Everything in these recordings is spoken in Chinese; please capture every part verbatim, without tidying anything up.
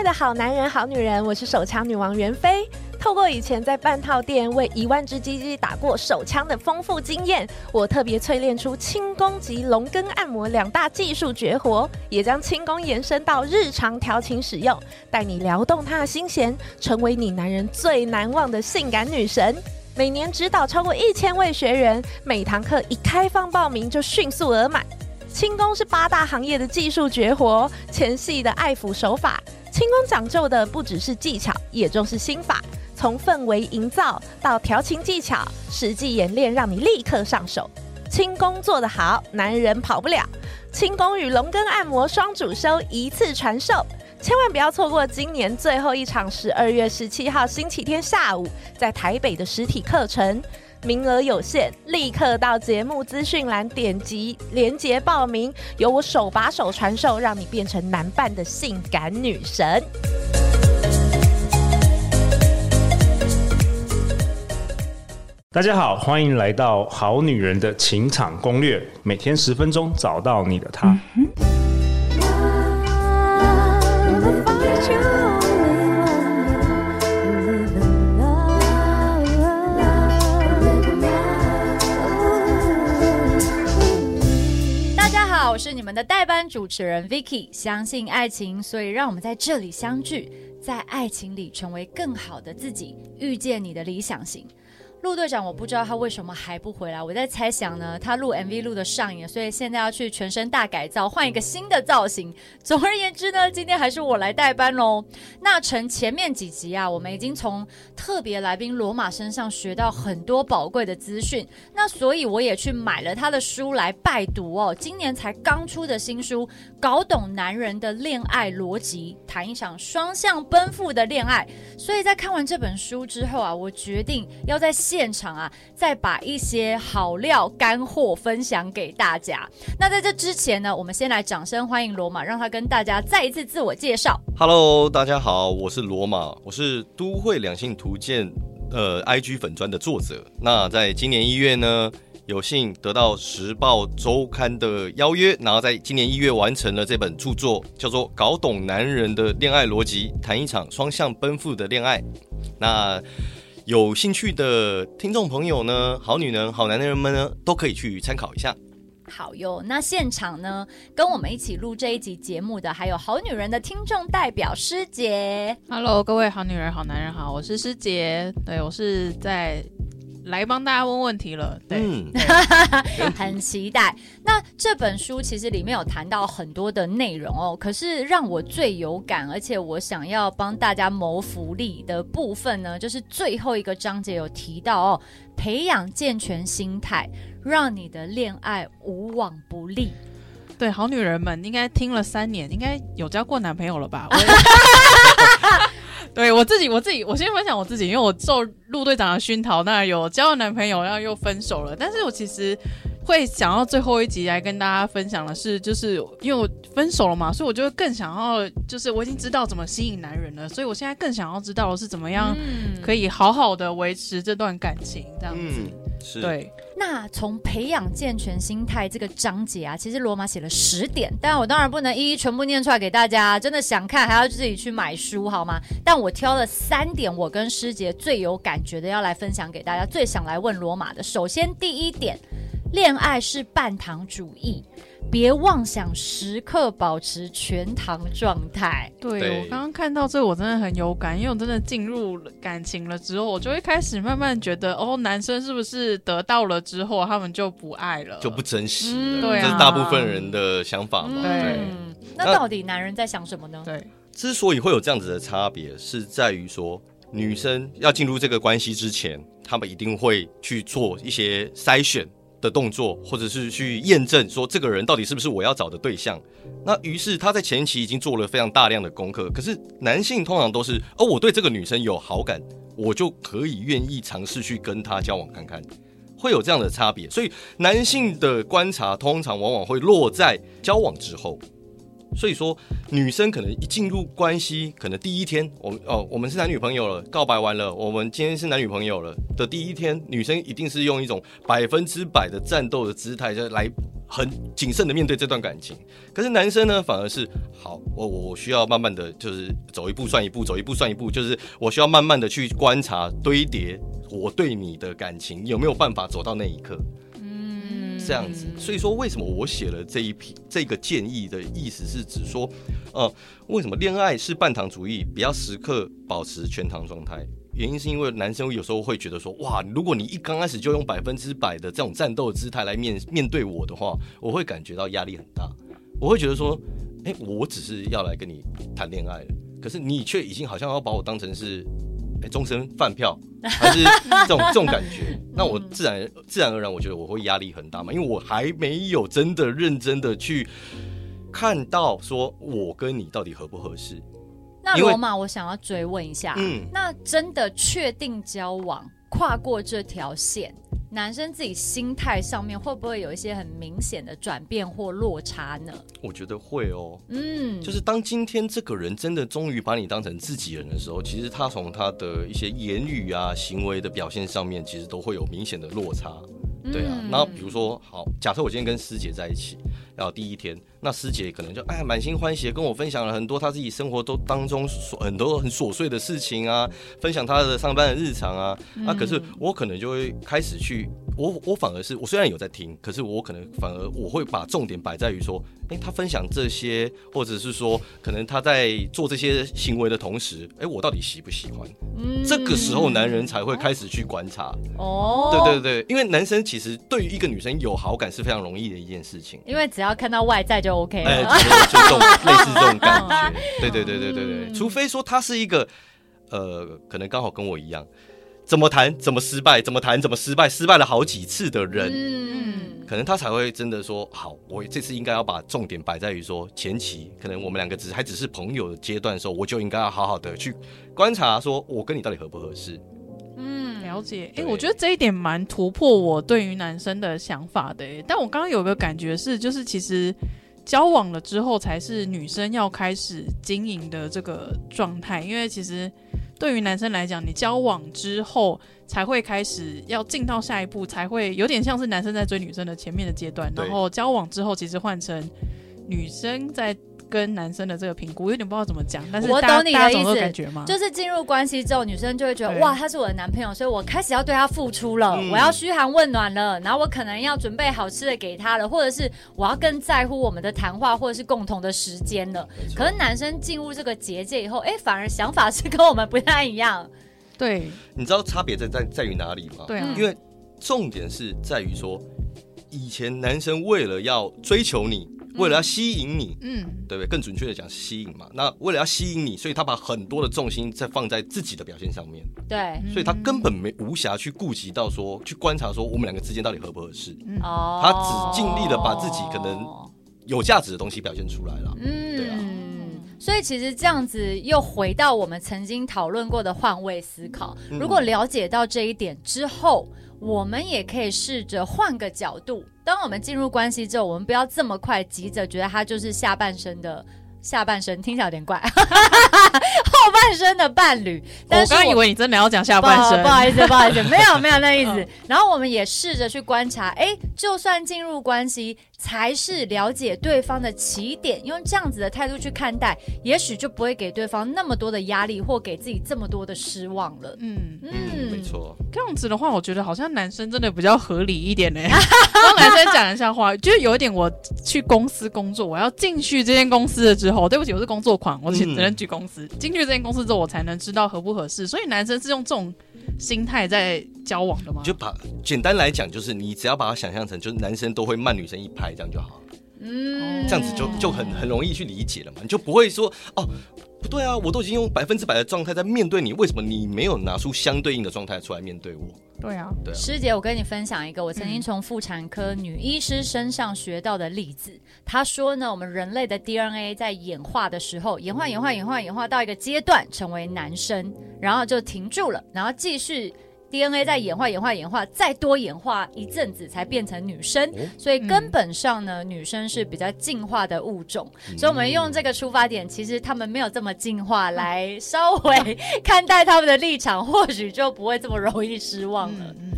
的好男人好女人，我是手枪女王袁飞。透过以前在半套店为一万只鸡鸡打过手枪的丰富经验，我特别淬炼出轻功及龙根按摩两大技术绝活，也将轻功延伸到日常调情使用，带你撩动他的心弦，成为你男人最难忘的性感女神。每年指导超过一千位学员，每堂课一开放报名就迅速额满。轻功是八大行业的技术绝活，前戏的爱抚手法。轻功讲究的不只是技巧，也重视心法，从氛围营造到调情技巧，实际演练让你立刻上手。轻功做得好，男人跑不了。轻功与龙根按摩双主修，一次传授。千万不要错过今年最后一场十二月十七号星期天下午在台北的实体课程，名额有限，立刻到节目资讯栏点击连结报名，由我手把手传授，让你变成男伴的性感女神。 大家好，欢迎来到好女人的情场攻略，每天十分钟，找到你的他。嗯我是你们的代班主持人 Vicky， 相信爱情，所以让我们在这里相聚，在爱情里成为更好的自己，遇见你的理想型。陆队长，我不知道他为什么还不回来，我在猜想呢，他录 M V 录的上瘾，所以现在要去全身大改造，换一个新的造型。总而言之呢，今天还是我来代班咯。那从前面几集啊，我们已经从特别来宾罗马身上学到很多宝贵的资讯，那所以我也去买了他的书来拜读哦。今年才刚出的新书《搞懂男人的恋爱逻辑》，谈一场双向奔赴的恋爱。所以在看完这本书之后啊，我决定要在现场啊，再把一些好料干货分享给大家。那在这之前呢，我们先来掌声欢迎罗马，让他跟大家再一次自我介绍。 Hello， 大家好，我是罗马，我是都会两性图鉴呃 I G 粉专的作者。那在今年一月呢，有幸得到时报周刊的邀约，然后在今年一月完成了这本著作，叫做《搞懂男人的恋爱逻辑》，谈一场双向奔赴的恋爱。那有兴趣的听众朋友呢，好女人好男人们呢，都可以去参考一下。 好哟，那现场呢，跟我们一起录这一集节目的还有好女人的听众代表师姐。 Hello， 各位好女人好男人好，我是师姐。对，我是在来帮大家问问题了，对，嗯、 很期待。那这本书其实里面有谈到很多的内容哦，可是让我最有感，而且我想要帮大家谋福利的部分呢，就是最后一个章节有提到哦，培养健全心态，让你的恋爱无往不利。 对，好女人们应该听了三年，应该有交过男朋友了吧？对，我自己，我自己，我先分享我自己，因为我受陆队长的熏陶，那有交了男朋友，然后又分手了。但是我其实会想要最后一集来跟大家分享的是，就是因为我分手了嘛，所以我就更想要，就是我已经知道怎么吸引男人了，所以我现在更想要知道的是怎么样可以好好的维持这段感情，这样子。嗯， 是。 对。 那从培养健全心态这个章节啊，其实罗马写了十点，但我当然不能一一全部念出来给大家，真的想看还要自己去买书好吗？但我挑了三点，我跟师姐最有感觉的要来分享给大家，最想来问罗马的。首先第一点，恋爱是半糖主义，别妄想时刻保持全糖状态。 对, 对我刚刚看到这个我真的很有感，因为我真的进入感情了之后，我就会开始慢慢觉得，哦，男生是不是得到了之后他们就不爱了， 就不珍惜了、 嗯、对啊， 这是大部分人的想法嘛、 嗯、对， 那到底男人在想什么呢？ 对， 之所以会有这样子的差别，是在于说女生要进入这个关系之前，他们一定会去做一些筛选的动作，或者是去验证说这个人到底是不是我要找的对象。那于是他在前期已经做了非常大量的功课，可是男性通常都是哦，我对这个女生有好感，我就可以愿意尝试去跟她交往看看，会有这样的差别。所以男性的观察通常往往会落在交往之后。所以说女生可能一进入关系，可能第一天我们哦我们是男女朋友了，告白完了，我们今天是男女朋友了的第一天，女生一定是用一种百分之百的战斗的姿态来很谨慎的面对这段感情。可是男生呢，反而是好，我我需要慢慢的就是走一步算一步，走一步算一步，就是我需要慢慢的去观察堆叠我对你的感情有没有办法走到那一刻。嗯，这样子。所以说，为什么我写了这一批这个建议的意思是指说，呃，为什么恋爱是半糖主义，不要时刻保持全糖状态？原因是因为男生有时候会觉得说，哇，如果你一刚开始就用百分之百的这种战斗的姿态来面面对我的话，我会感觉到压力很大。我会觉得说，哎、欸，我只是要来跟你谈恋爱了，可是你却已经好像要把我当成是，哎、欸，终身饭票，还是这种这种感觉。那我自然自然而然，我觉得我会压力很大嘛，因为我还没有真的认真的去看到说我跟你到底合不合适。 那罗马，我想要追问一下， 嗯， 那真的确定交往，跨过这条线，男生自己心态上面会不会有一些很明显的转变或落差呢？ 我觉得会哦， 嗯， 就是当今天这个人真的终于把你当成自己人的时候，其实他从他的一些言语啊、行为的表现上面，其实都会有明显的落差。对啊，然后比如说，好，假设我今天跟师姐在一起，然后第一天，那师姐可能就哎满心欢喜跟我分享了很多她自己生活都当中很多很琐碎的事情啊，分享她的上班的日常啊，嗯、啊，可是我可能就会开始去，我我反而是我虽然有在听，可是我可能反而我会把重点摆在于说，哎，她分享这些，或者是说，可能她在做这些行为的同时，哎，我到底喜不喜欢？嗯、这个时候男人才会开始去观察。哦，对对对，因为男生其实对于一个女生有好感是非常容易的一件事情， 因为只要看到外在就 OK 了， 哎、欸，就就这种类似这种感觉，对对对对对对，除非说他是一个，呃，可能刚好跟我一样，怎么谈怎么失败，怎么谈怎么失败，失败了好几次的人，嗯，可能他才会真的说，好，我这次应该要把重点摆在于说前期，可能我们两个只还只是朋友的阶段的时候，我就应该要好好的去观察，说我跟你到底合不合适。 嗯，了解。哎、欸，我觉得这一点蛮突破我对于男生的想法的。但我刚刚有个感觉是，就是其实交往了之后，才是女生要开始经营的这个状态。因为其实对于男生来讲，你交往之后才会开始要进到下一步，才会有点像是男生在追女生的前面的阶段，然后交往之后，其实换成女生在跟男生的这个评估，有点不知道怎么讲，但是我懂你的意思， 感觉吗？ 就是进入关系之后，女生就会觉得哇，他是我的男朋友，所以我开始要对他付出了，嗯、我要嘘寒问暖了，然后我可能要准备好吃的给他了，或者是我要更在乎我们的谈话或者是共同的时间了。可是男生进入这个结界以后，哎，反而想法是跟我们不太一样。 对， 你知道差别在在在于哪里吗？ 对啊， 因为重点是在于说，以前男生为了要追求你。为了要吸引你，嗯，对不对？更准确的讲，吸引嘛。那为了要吸引你，所以他把很多的重心在放在自己的表现上面。 对， 所以他根本没无暇去顾及到说，去观察说我们两个之间到底合不合适。嗯、他只尽力的把自己可能有价值的东西表现出来了。嗯，对啊。 所以其实这样子又回到我们曾经讨论过的换位思考。如果了解到这一点之后，我们也可以试着换个角度。当我们进入关系之后，我们不要这么快急着觉得他就是下半身的下半身，听起来有点怪，后半身的伴侣。但是 我, 我刚以为你真的要讲下半身， 不好意思，不好意思，没有没有那意思。然后我们也试着去观察，哎，就算进入关系，才是了解对方的起点，用这样子的态度去看待，也许就不会给对方那么多的压力，或给自己这么多的失望了。 嗯嗯，没错。 这样子的话，我觉得好像男生真的比较合理一点呢。帮男生讲一下话，就是有一点，我去公司工作，我要进去这间公司了之后，对不起，我是工作狂，我只能去公司。进、嗯、去这间公司之后，我才能知道合不合适。所以男生是用这种心态在交往的吗？ 就把简单来讲，就是你只要把它想象成，就是男生都会慢女生一拍，这样就好了。嗯，这样子就就很很容易去理解了嘛，你就不会说哦，不对啊，我都已经用百分之百的状态在面对你，为什么你没有拿出相对应的状态出来面对我？ 对啊， 对啊。师姐，我跟你分享一个我曾经从妇产科女医师身上学到的例子。她说呢，我们人类的 D N A 在演化的时候，演化、演化、演化、演化到一个阶段，成为男生，然后就停住了，然后继续。D N A 在演化演化演化再多演化一阵子才变成女生，所以根本上呢、嗯、女生是比较进化的物种、嗯、所以我们用这个出发点，其实他们没有这么进化来稍微看待他们的立场，或许就不会这么容易失望了。嗯嗯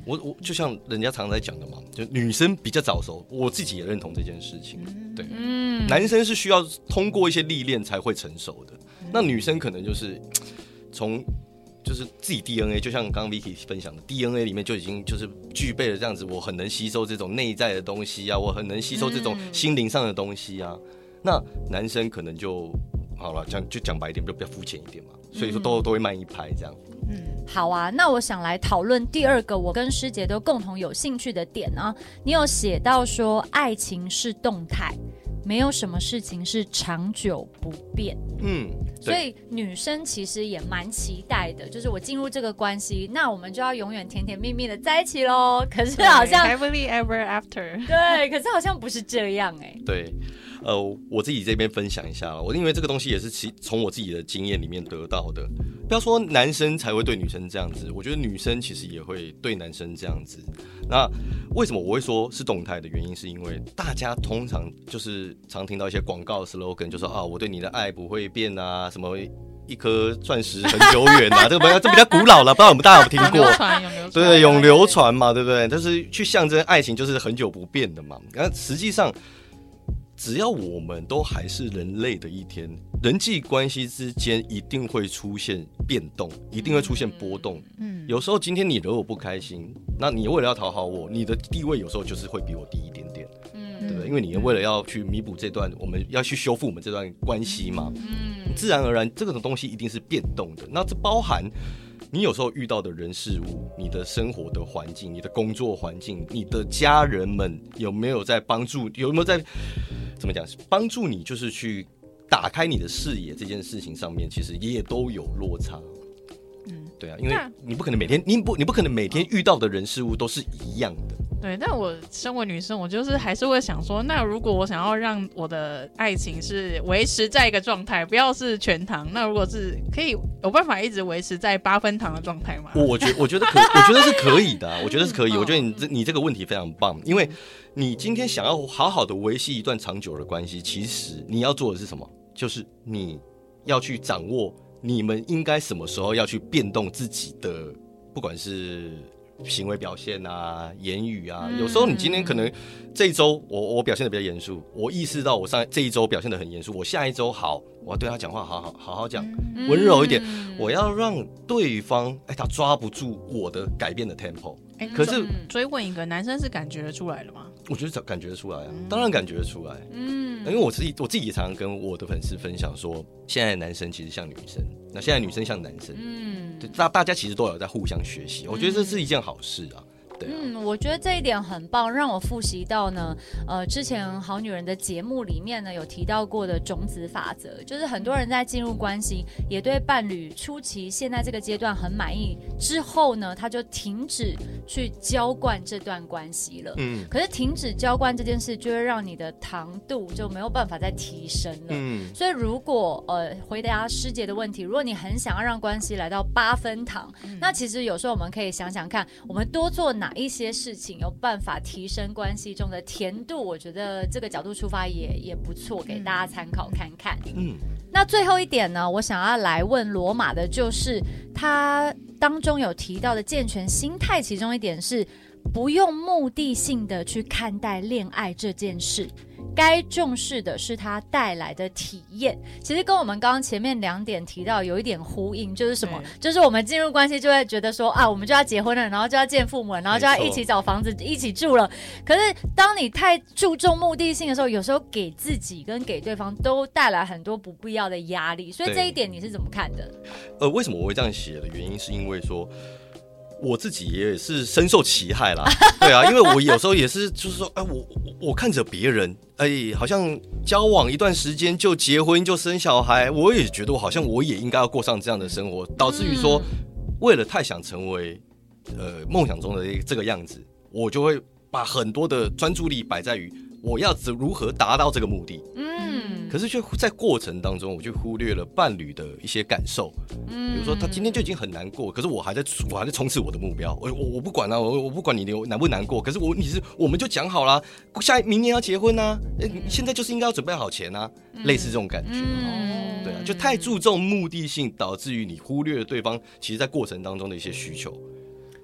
我我就像人家常在讲的嘛，就女生比较早熟，我自己也认同这件事情。对，嗯，男生是需要通过一些历练才会成熟的，嗯、那女生可能就是从就是自己 D N A， 就像刚刚 Vicky 分享的 D N A 里面就已经就是具备了这样子，我很能吸收这种内在的东西啊，我很能吸收这种心灵上的东西啊。嗯、那男生可能就好了，讲就讲白一点，就比较肤浅一点嘛，所以说都、嗯、都会慢一拍这样。 嗯，好啊，那我想来讨论第二个我跟师姐都共同有兴趣的点呢。你有写到说，爱情是动态，没有什么事情是长久不变。嗯，所以女生其实也蛮期待的，就是我进入这个关系，那我们就要永远甜甜蜜蜜的在一起咯。可是好像 happily ever after， 对，可是好像不是这样哎、欸。 对。呃，我自己这边分享一下，我因为这个东西也是其从我自己的经验里面得到的。不要说男生才会对女生这样子，我觉得女生其实也会对男生这样子。那为什么我会说是动态的原因，是因为大家通常就是常听到一些广告的 slogan， 就说啊，我对你的爱不会变啊，什么一颗钻石很久远啊，这个比较这比较古老了，不知道我们大家有听过？对，永流传嘛，对不对？就是去象征爱情就是很久不变的嘛。然后实际上，只要我们都还是人类的一天，人际关系之间一定会出现变动，一定会出现波动。嗯，有时候今天你惹我不开心，那你为了要讨好我，你的地位有时候就是会比我低一点点。嗯，对不对？因为你为了要去弥补这段，我们要去修复我们这段关系嘛。嗯，自然而然这个东西一定是变动的。那这包含你有时候遇到的人事物，你的生活的环境，你的工作环境，你的家人们有没有在帮助，有没有在怎么讲帮助你，就是去打开你的视野这件事情上面，其实也都有落差。嗯，对啊，因为你不可能每天你不你不可能每天遇到的人事物都是一样的。 对，但我身为女生，我就是还是会想说，那如果我想要让我的爱情是维持在一个状态，不要是全糖，那如果是可以有办法一直维持在八分糖的状态吗？ 我觉我觉得可，我觉得是可以的、啊，我觉得是可以。我觉得你这你这个问题非常棒，因为你今天想要好好的维系一段长久的关系，其实你要做的是什么？就是你要去掌握你们应该什么时候要去变动自己的，不管是行为表现啊，言语啊，有时候你今天可能这一周我我表现的比较严肃，我意识到我上这一周表现的很严肃，我下一周好，我要对他讲话好好好好讲，温柔一点，我要让对方哎他抓不住我的改变的 tempo。 欸、可是追问一个，男生是感觉得出来的吗？ 我觉得感觉得出来啊，当然感觉得出来。嗯，因为我自己我自己也常常跟我的粉丝分享说，现在的男生其实像女生，那现在女生像男生。嗯，对，大大家其实都有在互相学习，我觉得这是一件好事啊。啊、 嗯，我觉得这一点很棒，让我复习到呢，呃，之前好女人的节目里面呢有提到过的种子法则，就是很多人在进入关系，也对伴侣初期现在这个阶段很满意之后呢，他就停止去浇灌这段关系了。嗯，可是停止浇灌这件事，就会让你的糖度就没有办法再提升了。嗯，所以如果呃回答师姐的问题，如果你很想要让关系来到八分糖，嗯、那其实有时候我们可以想想看，我们多做哪一些事情有办法提升关系中的甜度，我觉得这个角度出发也也不错，给大家参考看看。嗯，那最后一点呢，我想要来问罗马的就是他当中有提到的健全心态，其中一点是不用目的性的去看待恋爱这件事，该重视的是它带来的体验。其实跟我们刚刚前面两点提到有一点呼应，就是什么？就是我们进入关系就会觉得说啊，我们就要结婚了，然后就要见父母了，然后就要一起找房子一起住了。可是当你太注重目的性的时候，有时候给自己跟给对方都带来很多不必要的压力。所以这一点你是怎么看的？ 呃，为什么我会这样写的原因，是因为说我自己也是深受其害啦，对啊，因为我有时候也是，就是说，哎、呃，我我我看着别人，哎、欸，好像交往一段时间就结婚就生小孩，我也觉得我好像我也应该要过上这样的生活，导致于说，为了太想成为呃梦想中的这个样子，我就会把很多的专注力摆在于我要如何达到这个目的。嗯，可是却在过程当中，我就忽略了伴侣的一些感受。嗯，比如说他今天就已经很难过，可是我还在我还在冲刺我的目标。我我我不管啊，我我不管你难不难过，可是我你是我们就讲好啦，下明年要结婚啊，现在就是应该要准备好钱啊，嗯、类似这种感觉。嗯、对啊，就太注重目的性，导致于你忽略了对方其实在过程当中的一些需求。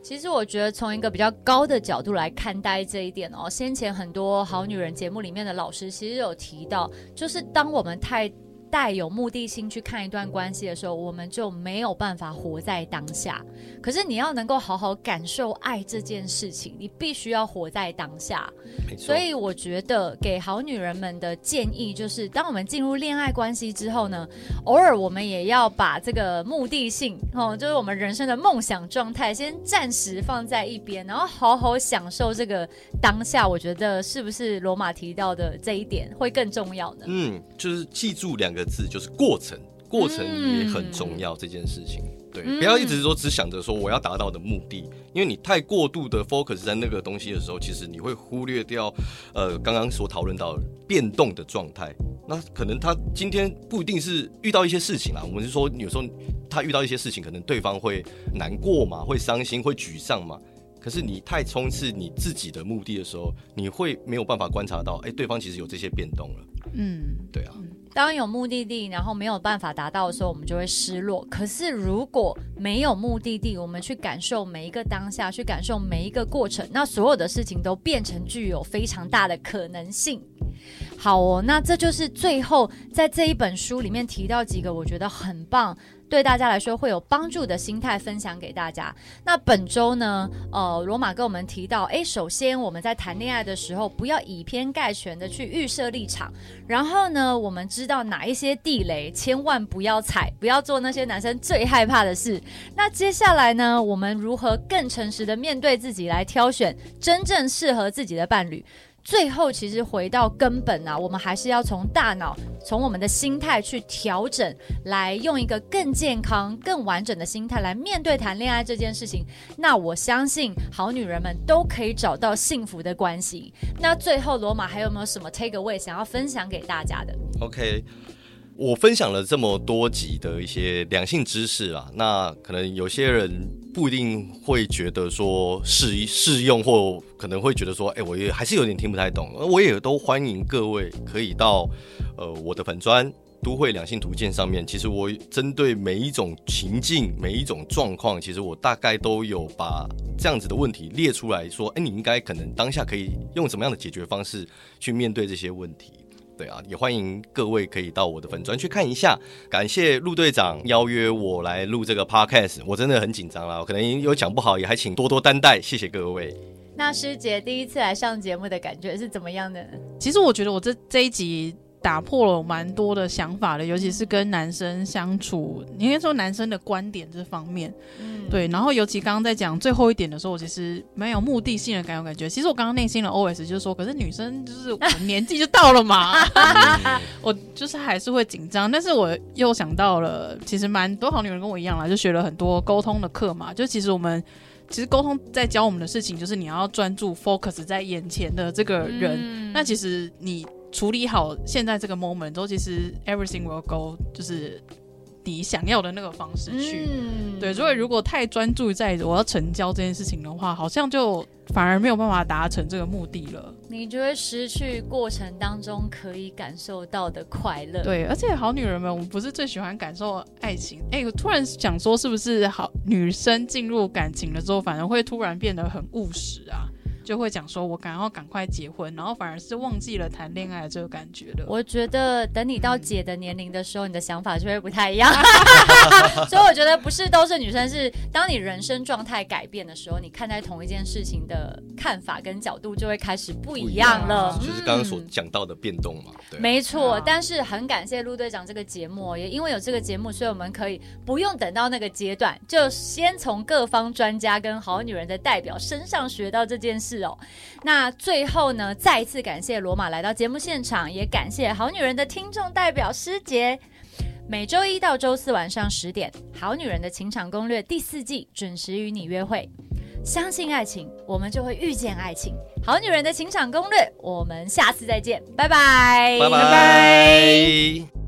其实我觉得从一个比较高的角度来看待这一点哦，先前很多好女人节目里面的老师其实有提到，就是当我们太带有目的性去看一段关系的时候，我们就没有办法活在当下。可是你要能够好好感受爱这件事情，你必须要活在当下。 没错。 所以我觉得给好女人们的建议就是，当我们进入恋爱关系之后呢，偶尔我们也要把这个目的性，哦，就是我们人生的梦想状态，先暂时放在一边，然后好好享受这个当下。我觉得是不是罗马提到的这一点会更重要呢？ 嗯，就是记住两个字，就是过程，过程也很重要、嗯、这件事情。对，不要一直说只想着说我要达到的目的，因为你太过度的 focus 在那个东西的时候，其实你会忽略掉呃刚刚所讨论到的变动的状态。那可能他今天不一定是遇到一些事情啦，我们是说有时候他遇到一些事情，可能对方会难过嘛，会伤心，会沮丧嘛。可是你太冲刺你自己的目的的时候，你会没有办法观察到，哎，对方其实有这些变动了。嗯，对啊。 当有目的地，然后没有办法达到的时候，我们就会失落。可是如果没有目的地，我们去感受每一个当下，去感受每一个过程，那所有的事情都变成具有非常大的可能性。好哦，那这就是最后在这一本书里面提到几个我觉得很棒，对大家来说会有帮助的心态分享给大家。那本周呢，呃，罗马跟我们提到，哎，首先我们在谈恋爱的时候，不要以偏概全的去预设立场。然后呢，我们知道哪一些地雷，千万不要踩，不要做那些男生最害怕的事。那接下来呢，我们如何更诚实的面对自己，来挑选真正适合自己的伴侣？最后其实回到根本啊，我们还是要从大脑，从我们的心态去调整，来用一个更健康更完整的心态来面对谈恋爱这件事情。那我相信好女人们都可以找到幸福的关系。那最后罗马还有没有什么 take away 想要分享给大家的？ OK， 我分享了这么多集的一些两性知识啊，那可能有些人不一定会觉得说适适用，或可能会觉得说，哎、欸，我也还是有点听不太懂。我也都欢迎各位可以到呃我的粉专都会两性图鉴上面，其实我针对每一种情境、每一种状况，其实我大概都有把这样子的问题列出来说，哎、欸，你应该可能当下可以用什么样的解决方式去面对这些问题。对啊，也欢迎各位可以到我的粉专去看一下。感谢陆队长邀约我来录这个 podcast， 我真的很紧张啦，我可能有讲不好，也还请多多担待，谢谢各位。 那师姐第一次来上节目的感觉是怎么样的？ 其实我觉得我这这一集打破了蛮多的想法的，尤其是跟男生相处，应该说男生的观点这方面、嗯、对。然后尤其刚刚在讲最后一点的时候，我其实蛮有目的性的感觉感觉其实我刚刚内心的 O S 就是说，可是女生就是我年纪就到了嘛我就是还是会紧张。但是我又想到了，其实蛮多好女人跟我一样啦，就学了很多沟通的课嘛，就其实我们其实沟通在教我们的事情就是你要专注 focus 在眼前的这个人、嗯、那其实你处理好现在这个 moment 之后，其实 everything will go 就是你想要的那个方式去、嗯、对。所以如果太专注在我要成交这件事情的话，好像就反而没有办法达成这个目的了， 你就会失去过程当中可以感受到的快乐。 对，而且好女人们，我们不是最喜欢感受爱情。哎，我突然想说，是不是好女生进入感情了之后，反而会突然变得很务实啊？就会讲说我赶快赶快结婚，然后反而是忘记了谈恋爱的这个感觉了。 我觉得等你到姐的年龄的时候、嗯、你的想法就会不太一样所以我觉得不是都是女生，是当你人生状态改变的时候，你看待同一件事情的看法跟角度就会开始不一样了、 啊、就是刚刚所讲到的变动嘛、嗯、对、啊、 没错、啊、但是很感谢陆队长这个节目，也因为有这个节目，所以我们可以不用等到那个阶段，就先从各方专家跟好女人的代表身上学到这件事哦。那最后呢，再一次感谢罗马来到节目现场，也感谢好女人的听众代表师姐。每周一到周四晚上十点，好女人的情场攻略第四季准时与你约会。相信爱情，我们就会遇见爱情。好女人的情场攻略，我们下次再见，拜拜， 拜拜。